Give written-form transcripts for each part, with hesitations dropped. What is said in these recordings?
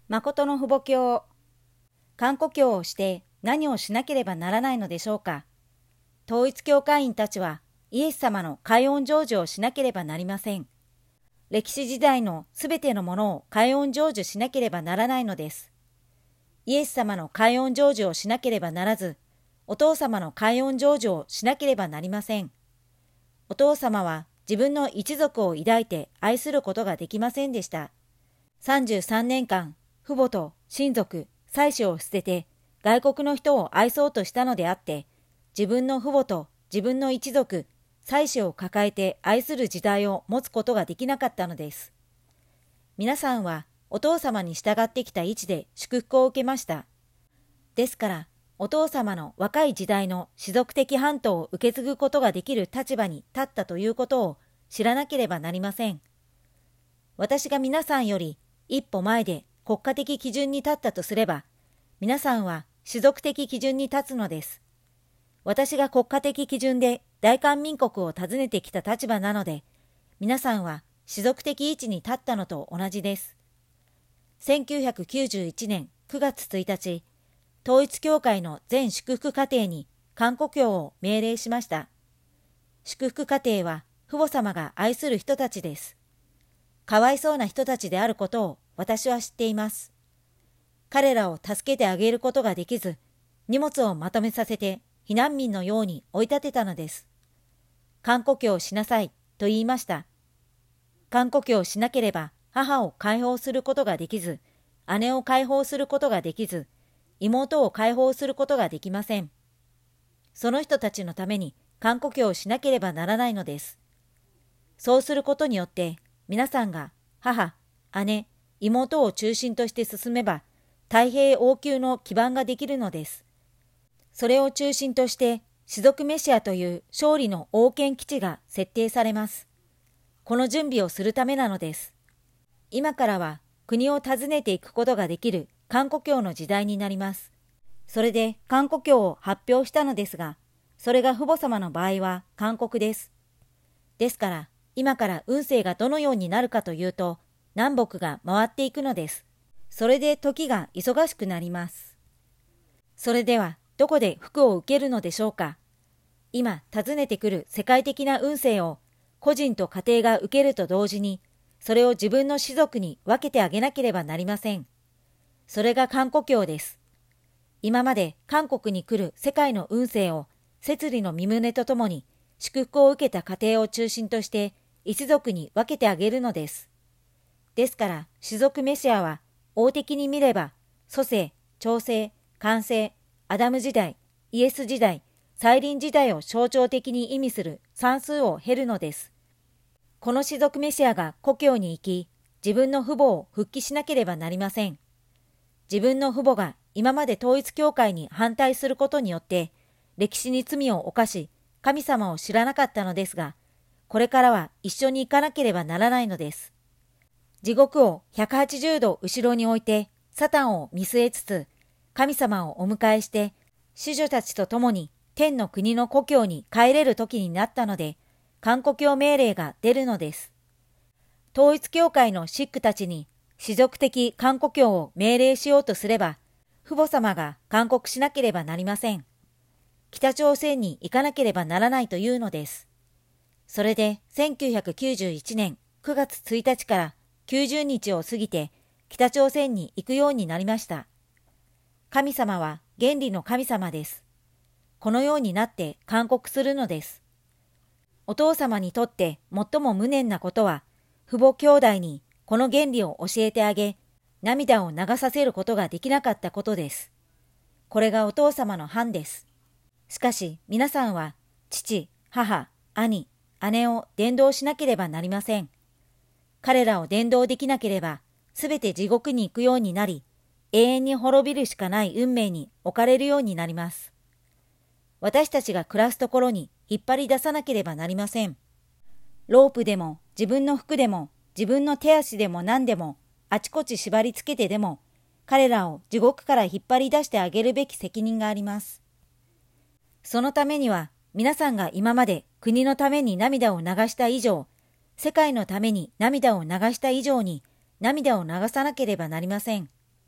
誠の父母教、看護教をして何をしなければならないのでしょうか。統一教会員たちはイエス様の開恩成就をしなければなりません。歴史時代のすべてのものを開恩成就しなければならないのです。イエス様の開恩成就をしなければならず、お父様の開恩成就をしなければなりません。お父様は自分の一族を抱いて愛することができませんでした。33年間、父母と親族、妻子を捨てて外国の人を愛そうとしたのであって、自分の父母と自分の一族、妻子を抱えて愛する時代を持つことができなかったのです。皆さんはお父様に従ってきた位置で祝福を受けました。ですから、お父様の若い時代の士族的範疇を受け継ぐことができる立場に立ったということを知らなければなりません。私が皆さんより一歩前で国家的基準に立ったとすれば、皆さんは士族的基準に立つのです。私が国家的基準で大韓民国を訪ねてきた立場なので、皆さんは士族的位置に立ったのと同じです。1991年9月1日、統一教会の全祝福家庭に看護教を命令しました。祝福家庭は父母様が愛する人たちです。かわいそうな人たちであることを私は知っています。彼らを助けてあげることができず、荷物をまとめさせて避難民のように追い立てたのです。看護教をしなさいと言いました。看護教をしなければ母を解放することができず、姉を解放することができず、妹を解放することができません。その人たちのために看護教をしなければならないのです。そうすることによって皆さんが母、姉、妹を中心として進めば太平王宮の基盤ができるのです。それを中心として士族メシアという勝利の王権基地が設定されます。この準備をするためなのです。今からは国を訪ねていくことができる看護教の時代になります。それで看護教を発表したのですが、それが父母様の場合は勧告です。ですから、今から運勢がどのようになるかというと、南北が回っていくのです。それで時が忙しくなります。それでは、どこで福を受けるのでしょうか。今、訪ねてくる世界的な運勢を、個人と家庭が受けると同時に、それを自分の士族に分けてあげなければなりません。それが看護教です。今まで韓国に来る世界の運勢を、摂理の身旨とともに、祝福を受けた家庭を中心として、一族に分けてあげるのです。ですから、士族メシアは、王的に見れば、祖世、長世、完成、アダム時代、イエス時代、再臨時代を象徴的に意味する算数を経るのです。この士族メシアが故郷に行き、自分の父母を復帰しなければなりません。自分の父母が今まで統一教会に反対することによって、歴史に罪を犯し、神様を知らなかったのですが、これからは一緒に行かなければならないのです。地獄を180度後ろに置いて、サタンを見据えつつ、神様をお迎えして、子女たちと共に天の国の故郷に帰れる時になったので、看護教命令が出るのです。統一教会のシックたちに、士族的看護教を命令しようとすれば、父母様が勧告しなければなりません。北朝鮮に行かなければならないというのです。それで1991年9月1日から90日を過ぎて北朝鮮に行くようになりました。神様は原理の神様です。このようになって勧告するのです。お父様にとって最も無念なことは、父母兄弟にこの原理を教えてあげ、涙を流させることができなかったことです。これがお父様の範です。しかし皆さんは父、母、兄、姉を伝道しなければなりません。彼らを伝道できなければ、すべて地獄に行くようになり、永遠に滅びるしかない運命に置かれるようになります。私たちが暮らすところに引っ張り出さなければなりません。ロープでも自分の服でも自分の手足でも何でもあちこち縛り付けてでも彼らを地獄から引っ張り出してあげるべき責任があります。そのためには皆さんが今まで国のために涙を流した以上、世界のために涙を流した以上に涙を流さなければなりません。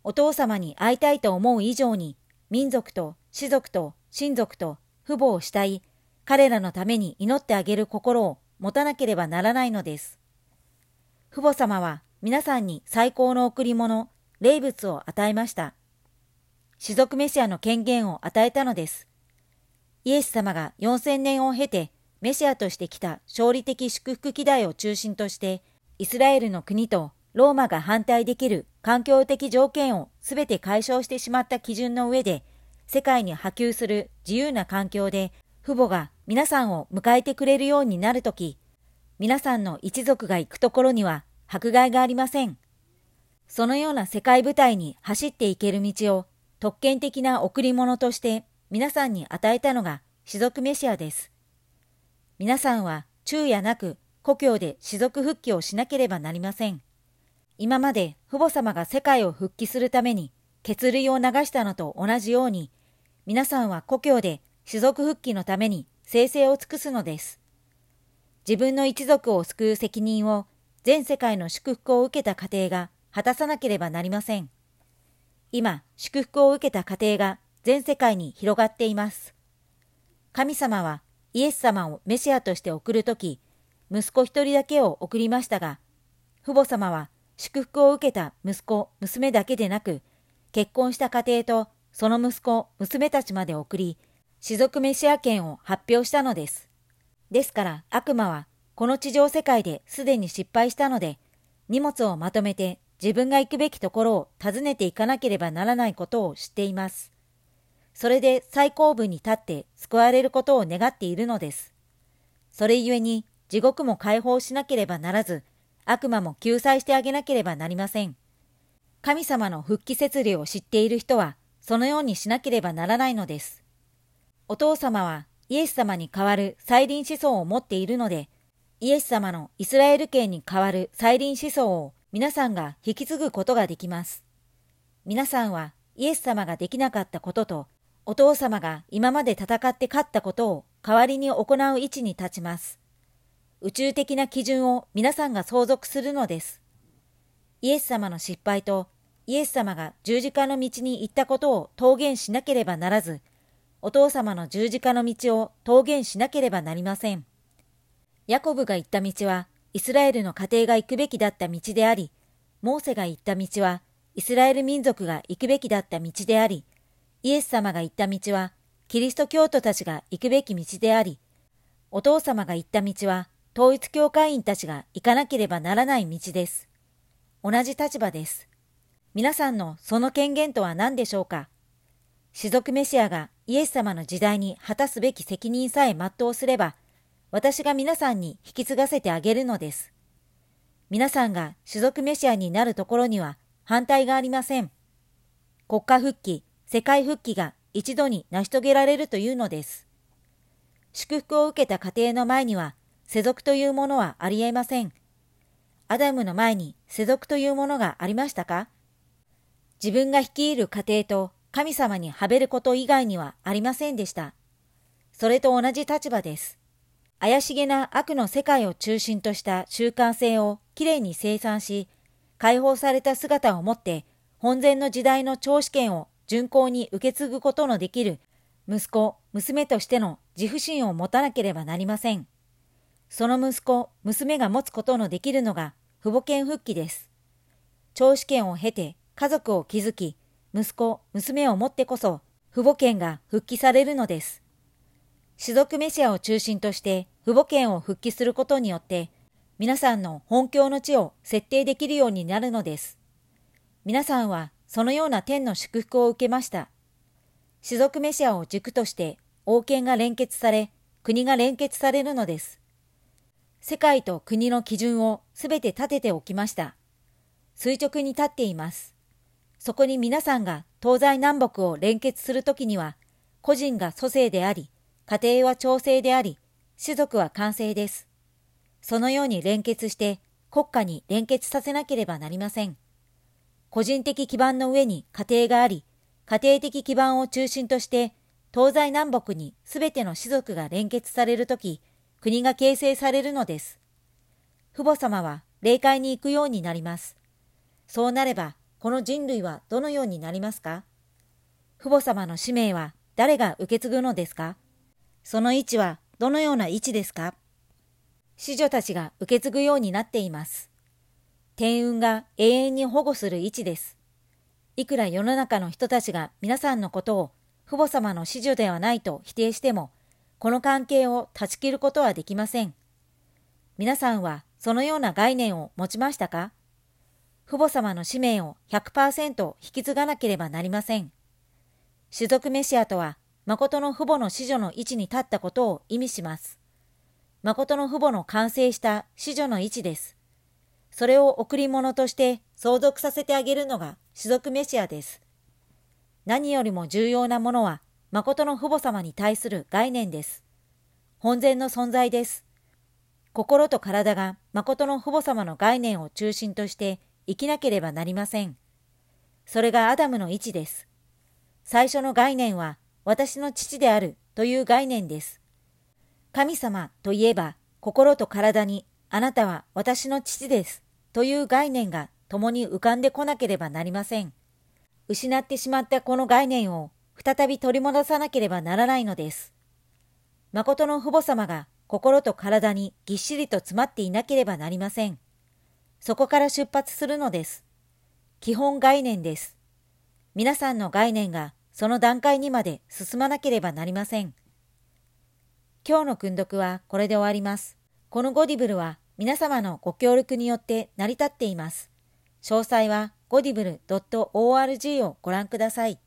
お父様に会いたいと思う以上に、民族と士族と親族と父母を慕い、彼らのために祈ってあげる心を持たなければならないのです。父母様は皆さんに最高の贈り物、霊物を与えました。士族メシアの権限を与えたのです。イエス様が4000年を経てメシアとして来た勝利的祝福希代を中心として、イスラエルの国とローマが反対できる環境的条件をすべて解消してしまった基準の上で、世界に波及する自由な環境で父母が皆さんを迎えてくれるようになるとき、皆さんの一族が行くところには迫害がありません。そのような世界舞台に走っていける道を特権的な贈り物として皆さんに与えたのが士族メシアです。皆さんは昼夜なく故郷で士族復帰をしなければなりません。今まで父母様が世界を復帰するために血涙を流したのと同じように、皆さんは故郷で士族復帰のために精誠を尽くすのです。自分の一族を救う責任を全世界の祝福を受けた家庭が果たさなければなりません。今、祝福を受けた家庭が全世界に広がっています。神様はイエス様をメシアとして送るとき、息子一人だけを送りましたが、父母様は祝福を受けた息子、娘だけでなく、結婚した家庭とその息子、娘たちまで送り、士族メシア権を発表したのです。ですから悪魔はこの地上世界ですでに失敗したので、荷物をまとめて自分が行くべきところを訪ねていかなければならないことを知っています。それで最後部に立って救われることを願っているのです。それゆえに地獄も解放しなければならず、悪魔も救済してあげなければなりません。神様の復帰摂理を知っている人は、そのようにしなければならないのです。お父様はイエス様に代わる再臨思想を持っているので、イエス様のイスラエル圏に代わる再臨思想を皆さんが引き継ぐことができます。皆さんはイエス様ができなかったことと、お父様が今まで戦って勝ったことを代わりに行う位置に立ちます。宇宙的な基準を皆さんが相続するのです。イエス様の失敗とイエス様が十字架の道に行ったことを透言しなければならず、お父様の十字架の道を透言しなければなりません。ヤコブが行った道はイスラエルの家庭が行くべきだった道であり、モーセが行った道はイスラエル民族が行くべきだった道であり、イエス様が行った道はキリスト教徒たちが行くべき道であり、お父様が行った道は統一教会員たちが行かなければならない道です。同じ立場です。皆さんのその権限とは何でしょうか。士族メシアがイエス様の時代に果たすべき責任さえ全うすれば、私が皆さんに引き継がせてあげるのです。皆さんが士族メシアになるところには反対がありません。国家復帰、世界復帰が一度に成し遂げられるというのです。祝福を受けた家庭の前には世俗というものはありえません。アダムの前に世俗というものがありましたか？自分が率いる家庭と神様にはべること以外にはありませんでした。それと同じ立場です。怪しげな悪の世界を中心とした習慣性をきれいに清算し、解放された姿をもって本然の時代の長子権を順行に受け継ぐことのできる息子、娘としての自負心を持たなければなりません。その息子、娘が持つことのできるのが父母権復帰です。長子権を経て家族を築き、息子、娘を持ってこそ父母権が復帰されるのです。士族メシアを中心として父母権を復帰することによって、皆さんの本教の地を設定できるようになるのです。皆さんはそのような天の祝福を受けました。士族メシアを軸として王権が連結され、国が連結されるのです。世界と国の基準をすべて立てておきました。垂直に立っています。そこに皆さんが東西南北を連結するときには、個人が祖先であり、家庭は調整であり、士族は完成です。そのように連結して国家に連結させなければなりません。個人的基盤の上に家庭があり、家庭的基盤を中心として東西南北にすべての士族が連結されるとき、国が形成されるのです。父母様は霊界に行くようになります。そうなればこの人類はどのようになりますか？父母様の使命は誰が受け継ぐのですか？その位置はどのような位置ですか？子女たちが受け継ぐようになっています。天運が永遠に保護する位置です。いくら世の中の人たちが皆さんのことを父母様の子女ではないと否定しても、この関係を断ち切ることはできません。皆さんはそのような概念を持ちましたか？父母様の使命を 100% 引き継がなければなりません。種族メシアとは、誠の父母の子女の位置に立ったことを意味します。誠の父母の完成した子女の位置です。それを贈り物として相続させてあげるのが種族メシアです。何よりも重要なものは、誠の父母様に対する概念です。本然の存在です。心と体が誠の父母様の概念を中心として生きなければなりません。それがアダムの位置です。最初の概念は、私の父であるという概念です。神様といえば、心と体に、あなたは私の父ですという概念が共に浮かんでこなければなりません。失ってしまったこの概念を再び取り戻さなければならないのです。誠の父母様が心と体にぎっしりと詰まっていなければなりません。そこから出発するのです。基本概念です。皆さんの概念がその段階にまで進まなければなりません。今日の訓読はこれで終わります。このゴディブルは皆様のご協力によって成り立っています。詳細は godible.org をご覧ください。